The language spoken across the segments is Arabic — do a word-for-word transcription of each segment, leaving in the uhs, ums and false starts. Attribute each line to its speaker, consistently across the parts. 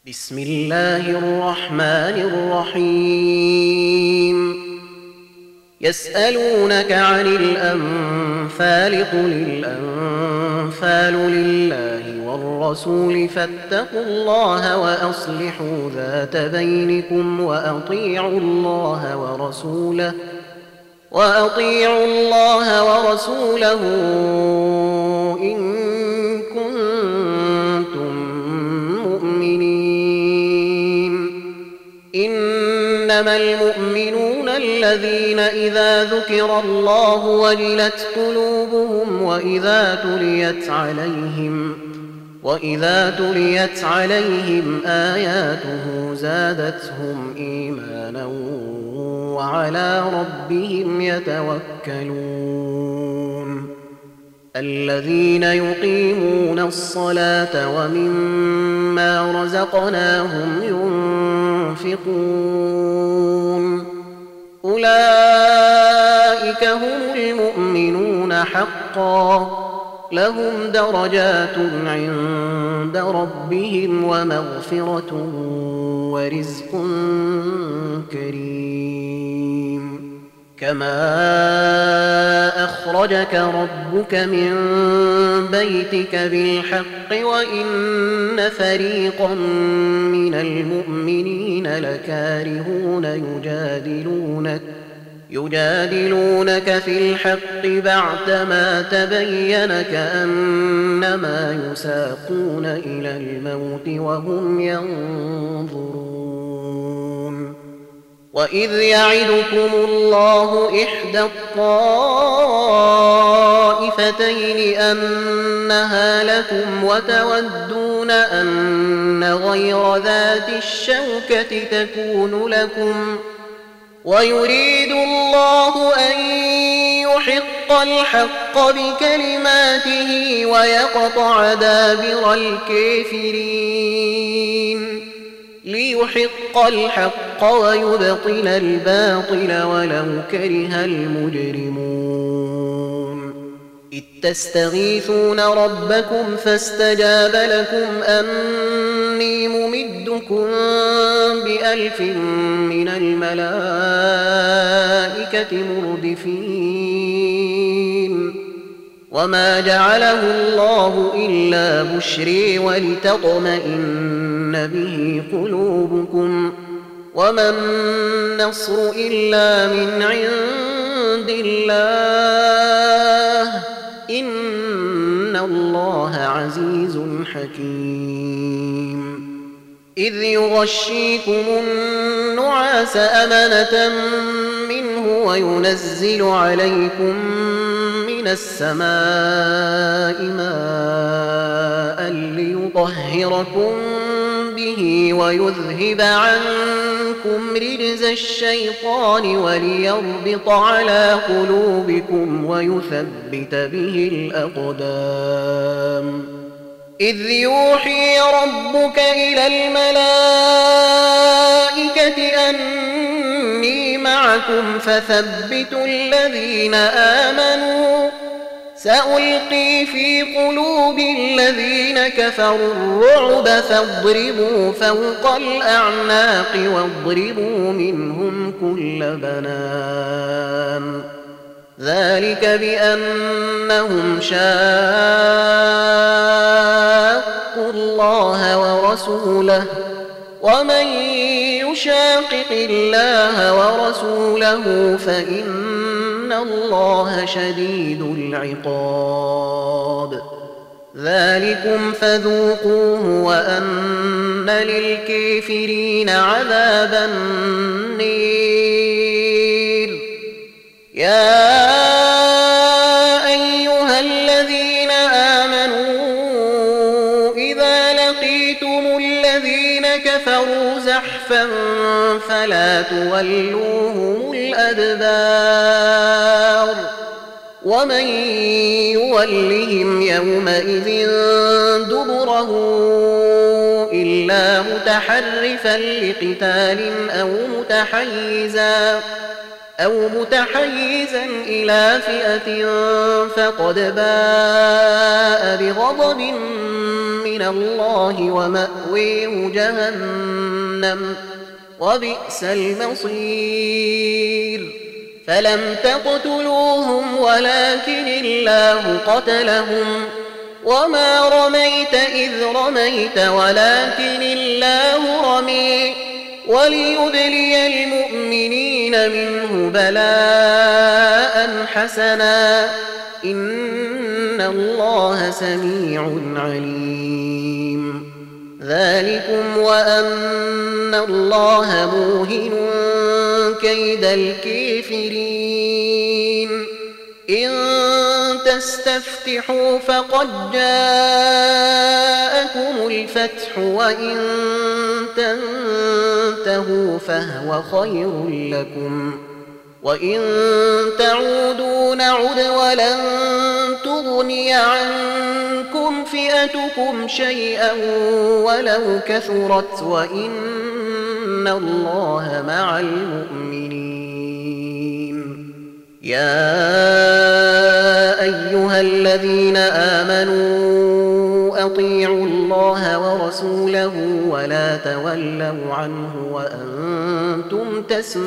Speaker 1: بسم الله الرحمن الرحيم يسألونك عن الأنفال قل الأنفال لله والرسول فاتقوا الله وأصلحوا ذات بينكم وأطيعوا الله ورسوله وأطيعوا الله ورسوله إن كنتم مؤمنين. إنما المؤمنون الذين إذا ذكر الله وجلت قلوبهم وإذا تليت عليهم وإذا تليت عليهم آياته زادتهم إيمانا وعلى ربهم يتوكلون. الذين يقيمون الصلاة ومما رزقناهم ينفقون أولئك هم المؤمنون حقا لهم درجات عند ربهم ومغفرة ورزق كريم. كما أخرجك ربك من بيتك بالحق وإن فريقا من المؤمنين لكارهون يجادلونك يجادلونك في الحق بعدما تبين كأنما يساقون إلى الموت وهم ينظرون. وإذ يعدكم الله إحدى الطائفتين أنها لكم وتودون أن غير ذات الشوكة تكون لكم ويريد الله أن يحق الحق بكلماته ويقطع دابر الكافرين ليحق الحق ويبطل الباطل ولو كره المجرمون. إذ تستغيثون ربكم فاستجاب لكم أني ممدكم بألف من الملائكة مردفين. وما جعله الله إلا بشري ولتطمئن به قلوبكم وما النصر إلا من عند الله إن الله عزيز حكيم. إذ يغشيكم النعاس أمنة منه وينزل عليكم من السماء ماء ليطهركم به ويذهب عنكم رجز الشيطان وليربط على قلوبكم ويثبت به الأقدام. إذ يوحي ربك إلى الملائكة أني معكم فثبتوا الذين آمنوا سألقي في قلوب الذين كفروا الرعب فاضربوا فوق الأعناق واضربوا منهم كل بنان. ذلك بأنهم شاقوا الله ورسوله ومن يشاقق الله ورسوله فإن الله شديد العقاب. ذلكم فذوقوه وأن للكافرين عذاب النير. يا أيها الذين آمنوا إذا لقيتم الذين كفروا زحفا فلا تولوهم الأدبار ومن يولهم يومئذ دبره إلا متحرفا لقتال أو متحيزا أو متحيزا إلى فئة فقد باء بغضب من الله ومأويه جهنم وبئس المصير. فلم تقتلوهم ولكن الله قتلهم وما رميت إذ رميت ولكن الله رمي وليبلي المؤمنين منه بلاء حسنا إن الله سميع عليم. ذلكم وأن الله موهن كيد الكافرين. إن تستفتحوا فقد جاءكم الفتح وإن تنتهوا فهو خير لكم وإن تعودوا نعد ولن تغني عنكم فئتكم شيئا ولو كثرت وإن الله مع المؤمنين. يا أيها الذين آمنوا أطيعوا الله ورسوله ولا تولوا عنه وأنتم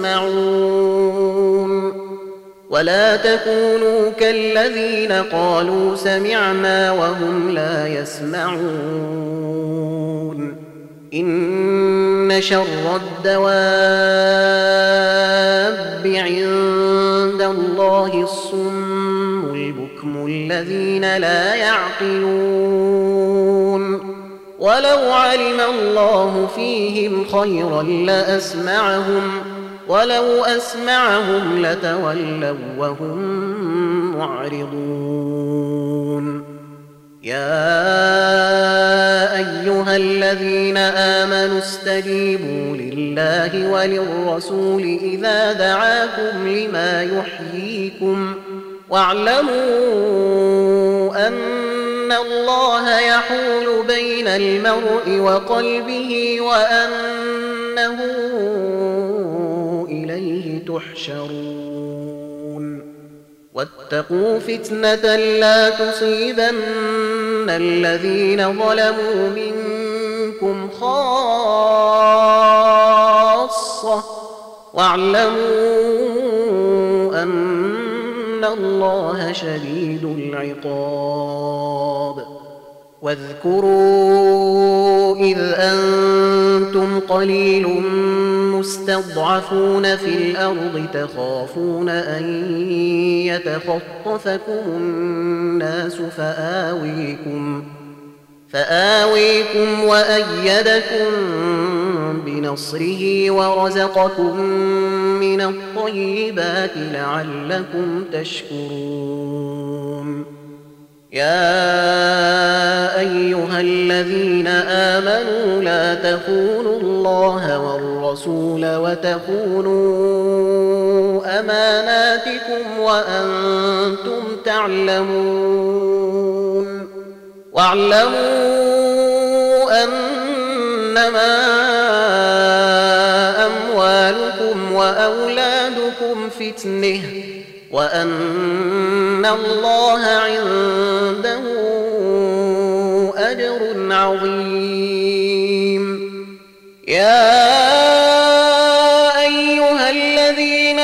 Speaker 1: تسمعون ولا تكونوا كالذين قالوا سمعنا وهم لا يسمعون. إن شر الدواب عند الله الصم البكم الذين لا يعقلون. ولو علم الله فيهم خيرا لأسمعهم ولو أسمعهم لتولوا وهم معرضون. يا أيها الذين آمنوا استجيبوا لله وللرسول إذا دعاكم لما يحييكم واعلموا أن الله يحول بين المرء وقلبه وأنه إليه تحشرون. واتقوا فتنة لا تصيبن الذين ظلموا منكم خاصة واعلموا أن الله شديد العقاب. واذكروا إذ أنتم قليل مستضعفون في الأرض تخافون أن يتخطفكم الناس فآويكم فآويكم وأيدكم بنصره ورزقكم من الطيبات لعلكم تشكرون. يا أيها الذين آمنوا لا تخونوا الله والرسول وتخونوا أماناتكم وأنتم تعلمون واعلموا أنما أموالكم وأولادكم فتنة وأن الله عنده أجر عظيم. يا أيها الذين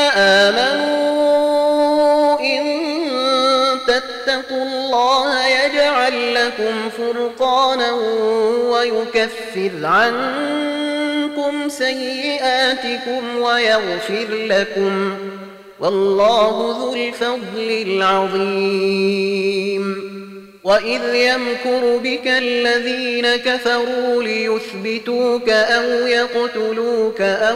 Speaker 1: آمنوا إن تتقوا الله يجعل لكم فرقانا ويكفر عنكم سيئاتكم ويغفر لكم والله ذو الفضل العظيم. وإذ يمكر بك الذين كفروا ليثبتوك أو يقتلوك أو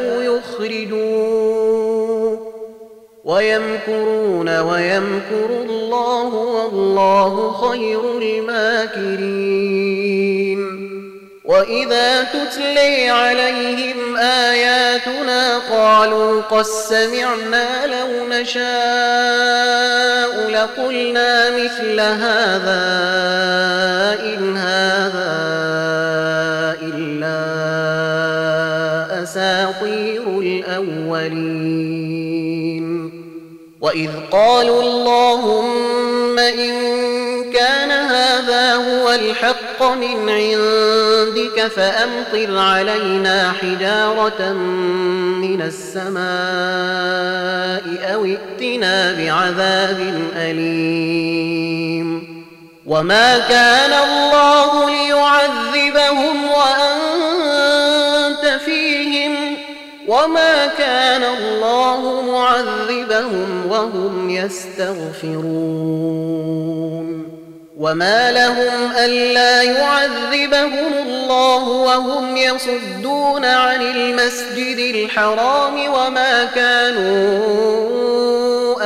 Speaker 1: يخرجوك ويمكرون ويمكر الله والله خير الماكرين. وإذا تتلي عليهم آياتنا قالوا قد سمعنا لو نشاء لقلنا مثل هذا إن هذا إلا أساطير الأولين. وإذ قالوا اللهم إن كان هذا هو الحق من عندك فأمطر علينا حجارة من السماء أو ائتنا بعذاب أليم وما كان الله ليعذبهم وأنت فيهم وما كان الله معذبهم وهم يستغفرون وما لهم ألا يعذبهم الله وهم يصدون عن المسجد الحرام وما كانوا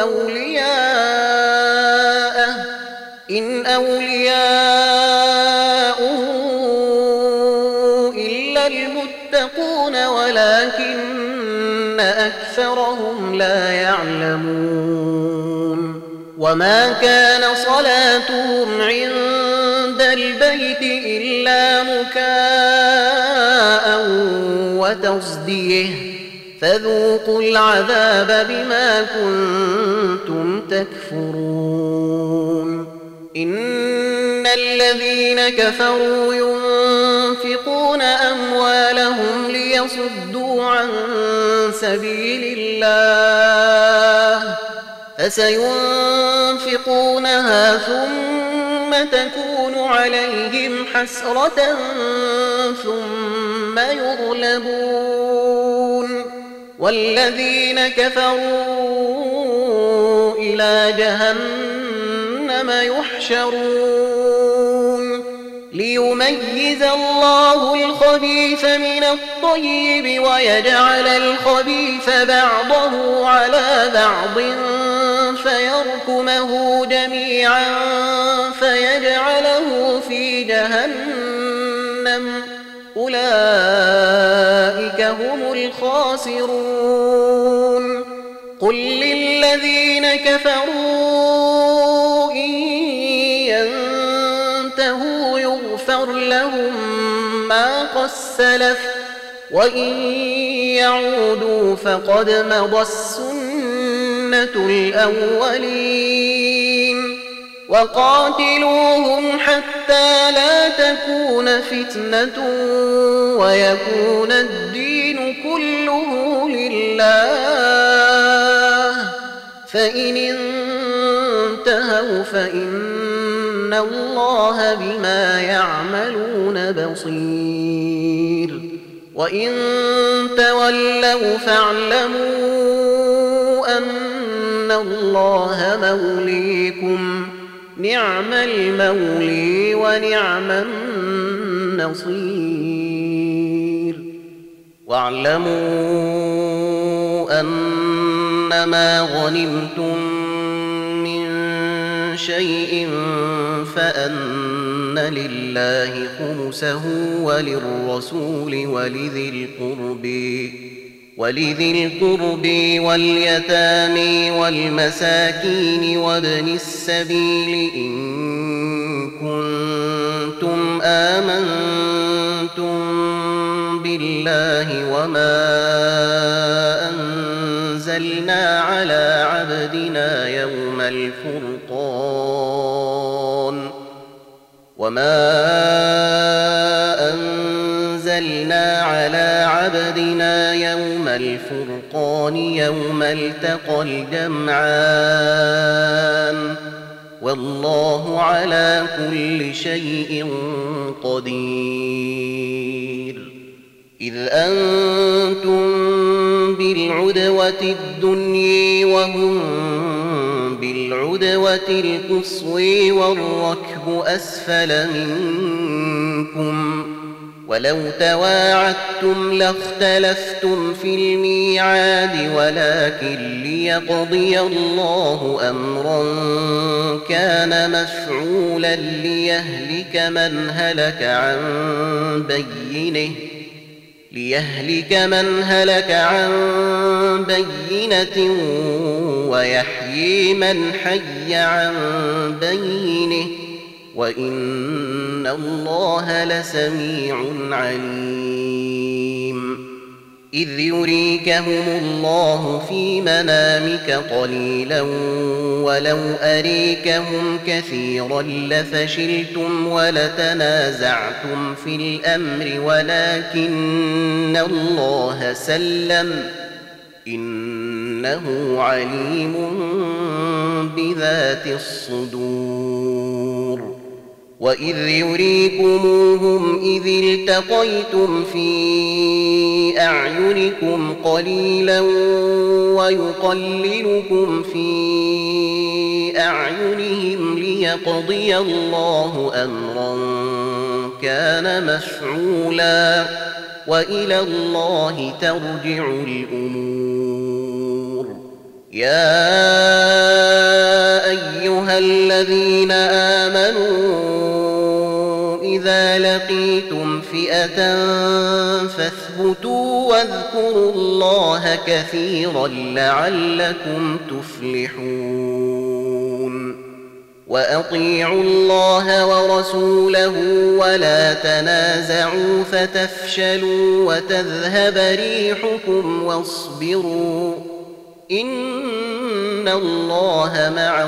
Speaker 1: أولياءه إن أولياؤه إلا المتقون ولكن أكثرهم لا يعلمون وما كان صلاتهم عند البيت إلا مكاء وتصديه فذوقوا العذاب بما كنتم تكفرون إن الذين كفروا ينفقون أموالهم ليصدوا عن سبيل الله فسينفقونها ثم تكون عليهم حسرة ثم يغلبون والذين كفروا إلى جهنم يحشرون ليميز الله الخبيث من الطيب ويجعل الخبيث بعضه على بعض فيركمه جميعا فيجعله في جهنم أولئك هم الخاسرون قل للذين كفروا إن ينتهوا يغفر لهم ما قد سلف وإن يعودوا فقد مضت سنة الأولين وقاتلوهم حتى لا تكون فتنة ويكون الدين كله لله فإن انتهوا فإن الله بما يعملون بصير وإن تولوا فاعلموا أن الله موليكم نعم المولي ونعم النصير واعلموا أنما غنمتم من شيء فأن لله خمسه وللرسول ولذي القرب ولذي القرب واليتامى والمساكين وابن السبيل إن كنتم آمنتم بالله وما أنزلنا على عبدنا يوم الفرقان وما أنزلنا على عبدنا يوم الفرقان يوم التقى الجمعان والله على كل شيء قدير إذ أنتم بالعدوة الدنيا وهم بالعدوة القصوى والركب أسفل منكم ولو تواعدتم لاختلفتم في الميعاد ولكن ليقضي الله أمرا كان مفعولا ليهلك من هلك عن بينه ليهلك من هلك عن بينة ويحيي من حي عن بينه وإن الله لسميع عليم إذ يريكهم الله في منامك قليلا ولو أريكهم كثيرا لفشلتم ولتنازعتم في الأمر ولكن الله سلم إنه عليم بذات الصدور وإذ يريكموهم إذ التقيتم في أعينكم قليلا ويقللكم في أعينهم ليقضي الله أمرا كان مفعولا وإلى الله ترجع الأمور يا أيها الذين آمنوا إذا لقيتم فئة فاثبتوا واذكروا الله كثيرا لعلكم تفلحون وأطيعوا الله ورسوله ولا تنازعوا فتفشلوا وتذهب ريحكم واصبروا إن الله مع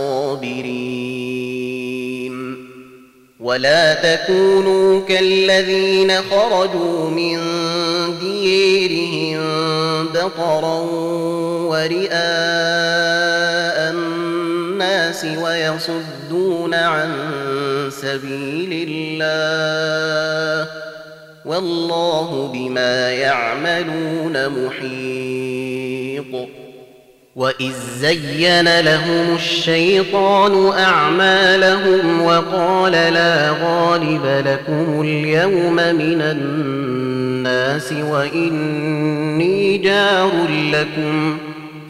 Speaker 1: الصابرين ولا تكونوا كالذين خرجوا من ديرهم بطرا ورئاء الناس ويصدون عن سبيل الله والله بما يعملون محيط وإذ زين لهم الشيطان أعمالهم وقال لا غالب لكم اليوم من الناس وإني جار لكم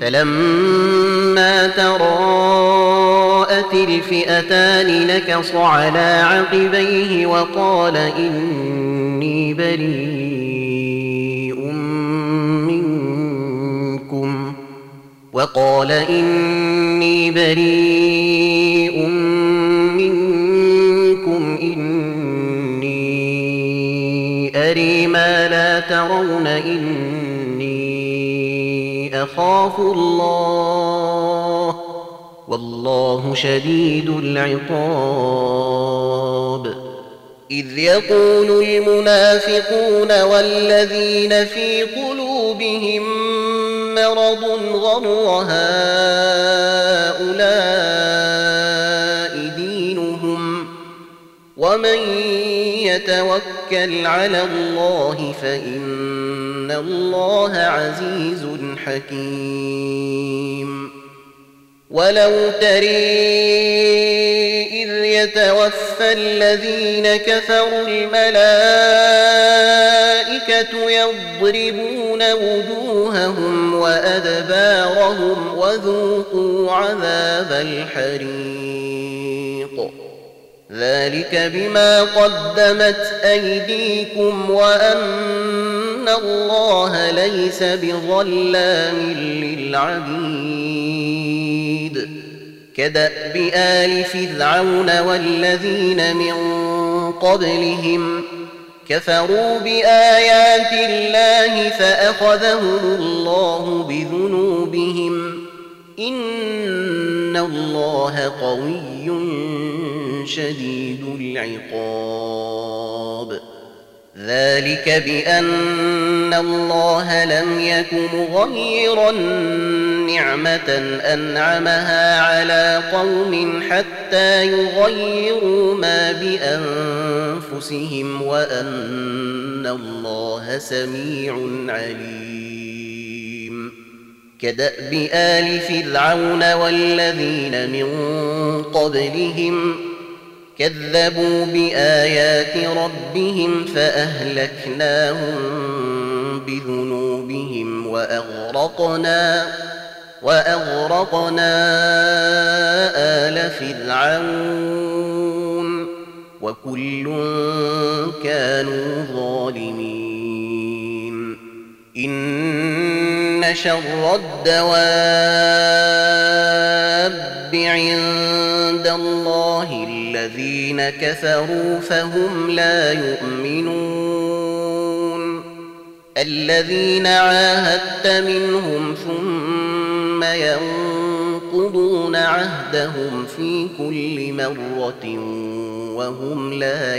Speaker 1: فلما تراءت الفئتان نكص على عقبيه وقال إني بريء منكم وقال إني بريء منكم إني أري ما لا ترون إني أخاف الله والله شديد العقاب إذ يقول المنافقون والذين في قلوبهم مرض غر هؤلاء دينهم ومن يتوكل على الله فإن الله عزيز حكيم ولو ترى إذ يتوفى الذين كفروا الملائكة يضربون وجوههم وأدبارهم وذوقوا عذاب الحريق ذلك بما قدمت أيديكم وأن الله ليس بظلام للعبيد كدأب آل فرعون والذين من قبلهم كفروا بآيات الله فأخذهم الله بذنوبهم إن الله قوي شديد العقاب ذلك بأن الله لم يك مغيرا نعمة أنعمها على قوم حتى يغيروا ما بأنفسهم وأن الله سميع عليم كدأب آل فرعون والذين من قبلهم كذبوا بآيات ربهم فأهلكناهم بذنوبهم وأغرقنا وأغرقنا آل فرعون وكل كانوا ظالمين إن شر الدواب عند الله الذين كفروا فهم لا يؤمنون الذين عاهدت منهم ثم ينقضون عهدهم في كل مرة وهم لا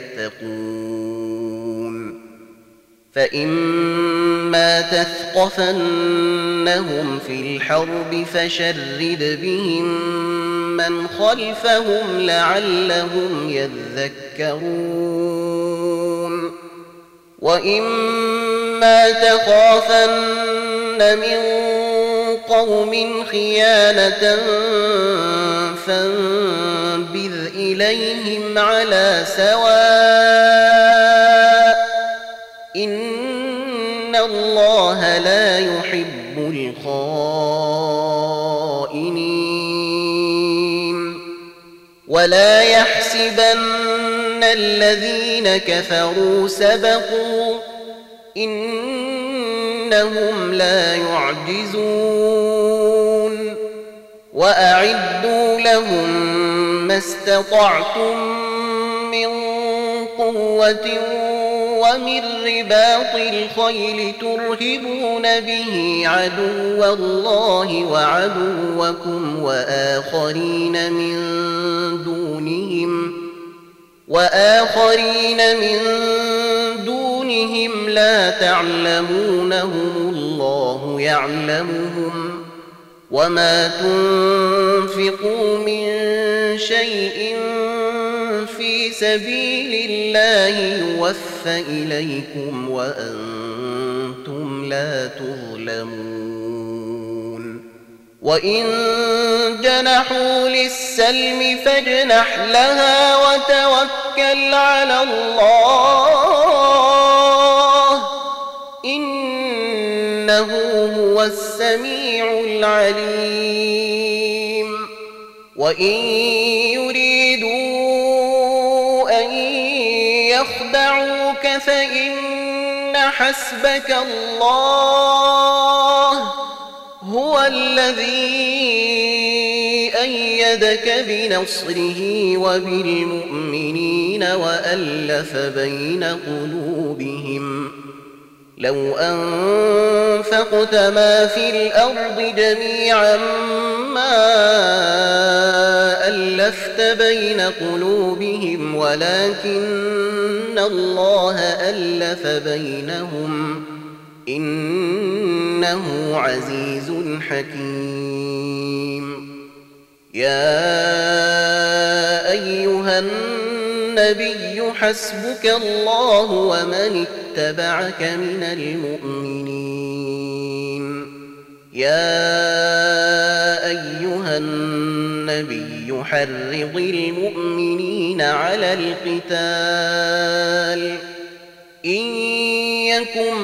Speaker 1: يتقون فإما تثقفنهم في الحرب فشرد بهم من خلفهم لعلهم يذكرون وإما تخافن من قوم خيانة فانبذ إليهم على سواء إن الله لا يحب الخائنين ولا يحسبن الذين كفروا سبقوا إنهم لا يعجزون وأعدوا لهم ما استطعتم من قوة ومن رباط الخيل ترهبون به عدو الله وعدوكم وآخرين من دونهم وآخرين من دونهم لا تعلمونهم الله يعلمهم وما تنفقوا من شيء في سبيل الله يوفى إليكم وأنتم لا تظلمون وإن جنحوا للسلم فاجنح لها وتوكل على الله إنه هو السميع العليم وإن يريدوا أن يخدعوك فإن حسبك الله هو الذي أيدك بنصره وبالمؤمنين وألف بين قلوبهم لو أنفقت ما في الأرض جميعا ما ألفت بين قلوبهم ولكن الله ألف بينهم إنه عزيز حكيم يا أيها النبي حسبك الله ومن اتبعك من المؤمنين يا أيها النبي حرض المؤمنين على القتال إن يكن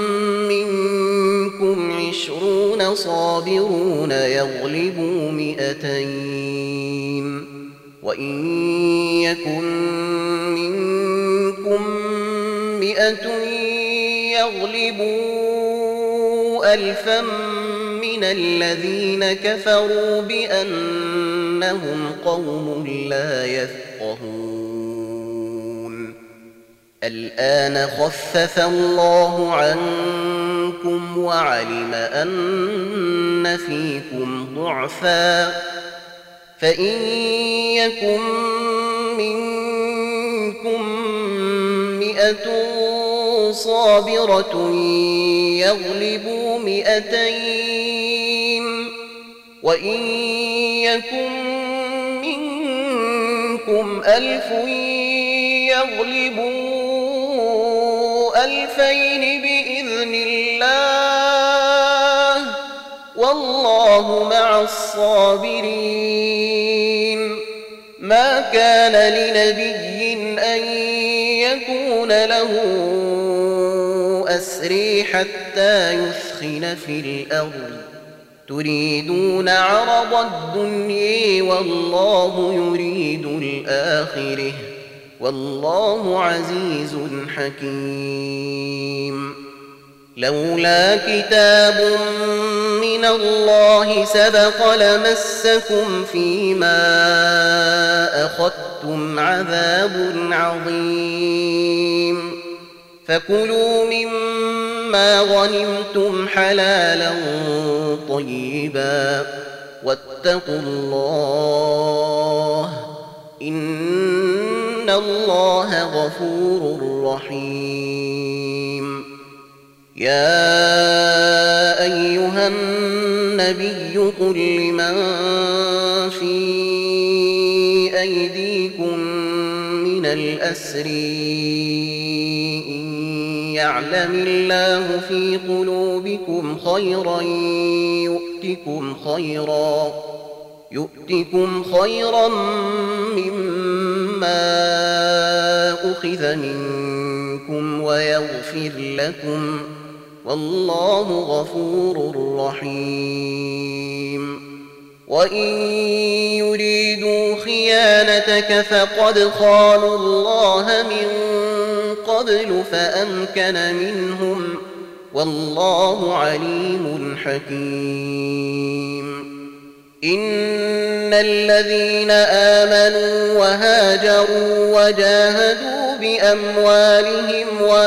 Speaker 1: منكم عشرون صابرون يغلبوا مئتين وإن يكن منكم مئة يغلبوا ألفا من الذين كفروا بأنهم قوم لا يفقهون الآن خفف الله عنكم وعلم أن فيكم ضعفا فإن يكن منكم مئة صابرة يغلبوا مئتين وإن يكن منكم ألف يغلبوا ألفين بإذن الله والله مع الصابرين ما كان لنبي أن يكون له أسري حتى يثخن في الأرض تريدون عرض الدنيا والله يريد الآخرة والله عزيز حكيم لولا كتاب من الله سبق لمسكم فيما أخذتم عذاب عظيم فكلوا مما مما غنمتم حلالا طيبا واتقوا الله إن الله غفور رحيم. يا أيها النبي قل لمن في أيديكم من الأسر إن يعلم الله في قلوبكم خيرا يؤتكم خيرا يؤتكم خيرا مما أخذ منكم ويغفر لكم والله غفور رحيم. وإن يريدوا خيانتك فقد خانوا الله من قبل فأمكن منهم والله عليم حكيم. إن الذين آمنوا وهاجروا وجاهدوا بأموالهم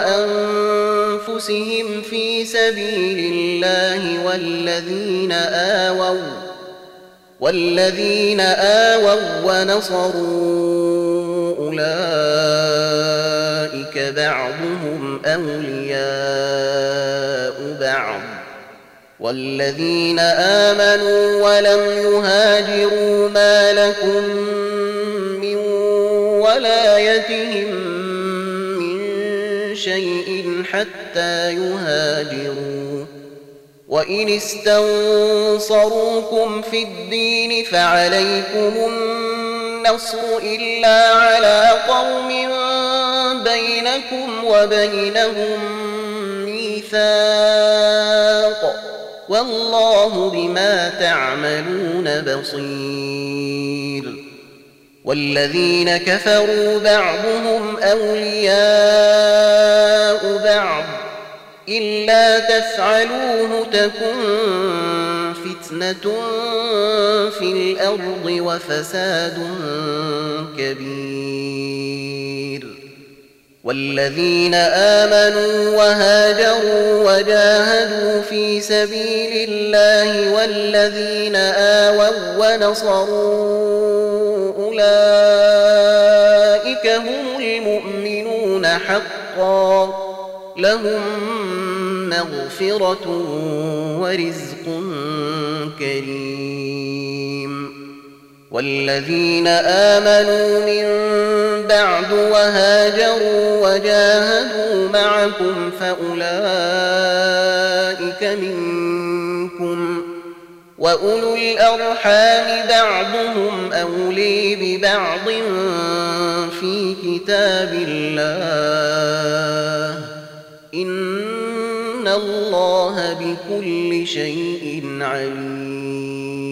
Speaker 1: وأنفسهم في سبيل الله والذين آووا والذين آووا ونصروا أولئك بعضهم أولياء بعض والذين آمنوا ولم يهاجروا ما لكم من ولايتهم من شيء حتى يهاجروا. وإن استنصروكم في الدين فعليكم النصر إلا على قوم بينكم وبينهم ميثاق والله بما تعملون بصير. والذين كفروا بعضهم أولياء بعض إلا تفعلوه تكن فتنة في الأرض وفساد كبير. والذين آمنوا وهاجروا وجاهدوا في سبيل الله والذين آووا ونصروا أولئك هم المؤمنون حقا لهم مغفرة ورزق كريم. والذين آمنوا من بعد وهاجروا وجاهدوا معكم فأولئك منكم وأولو الأرحام بعضهم أولي ببعض في كتاب الله إن الله بكل شيء عليم.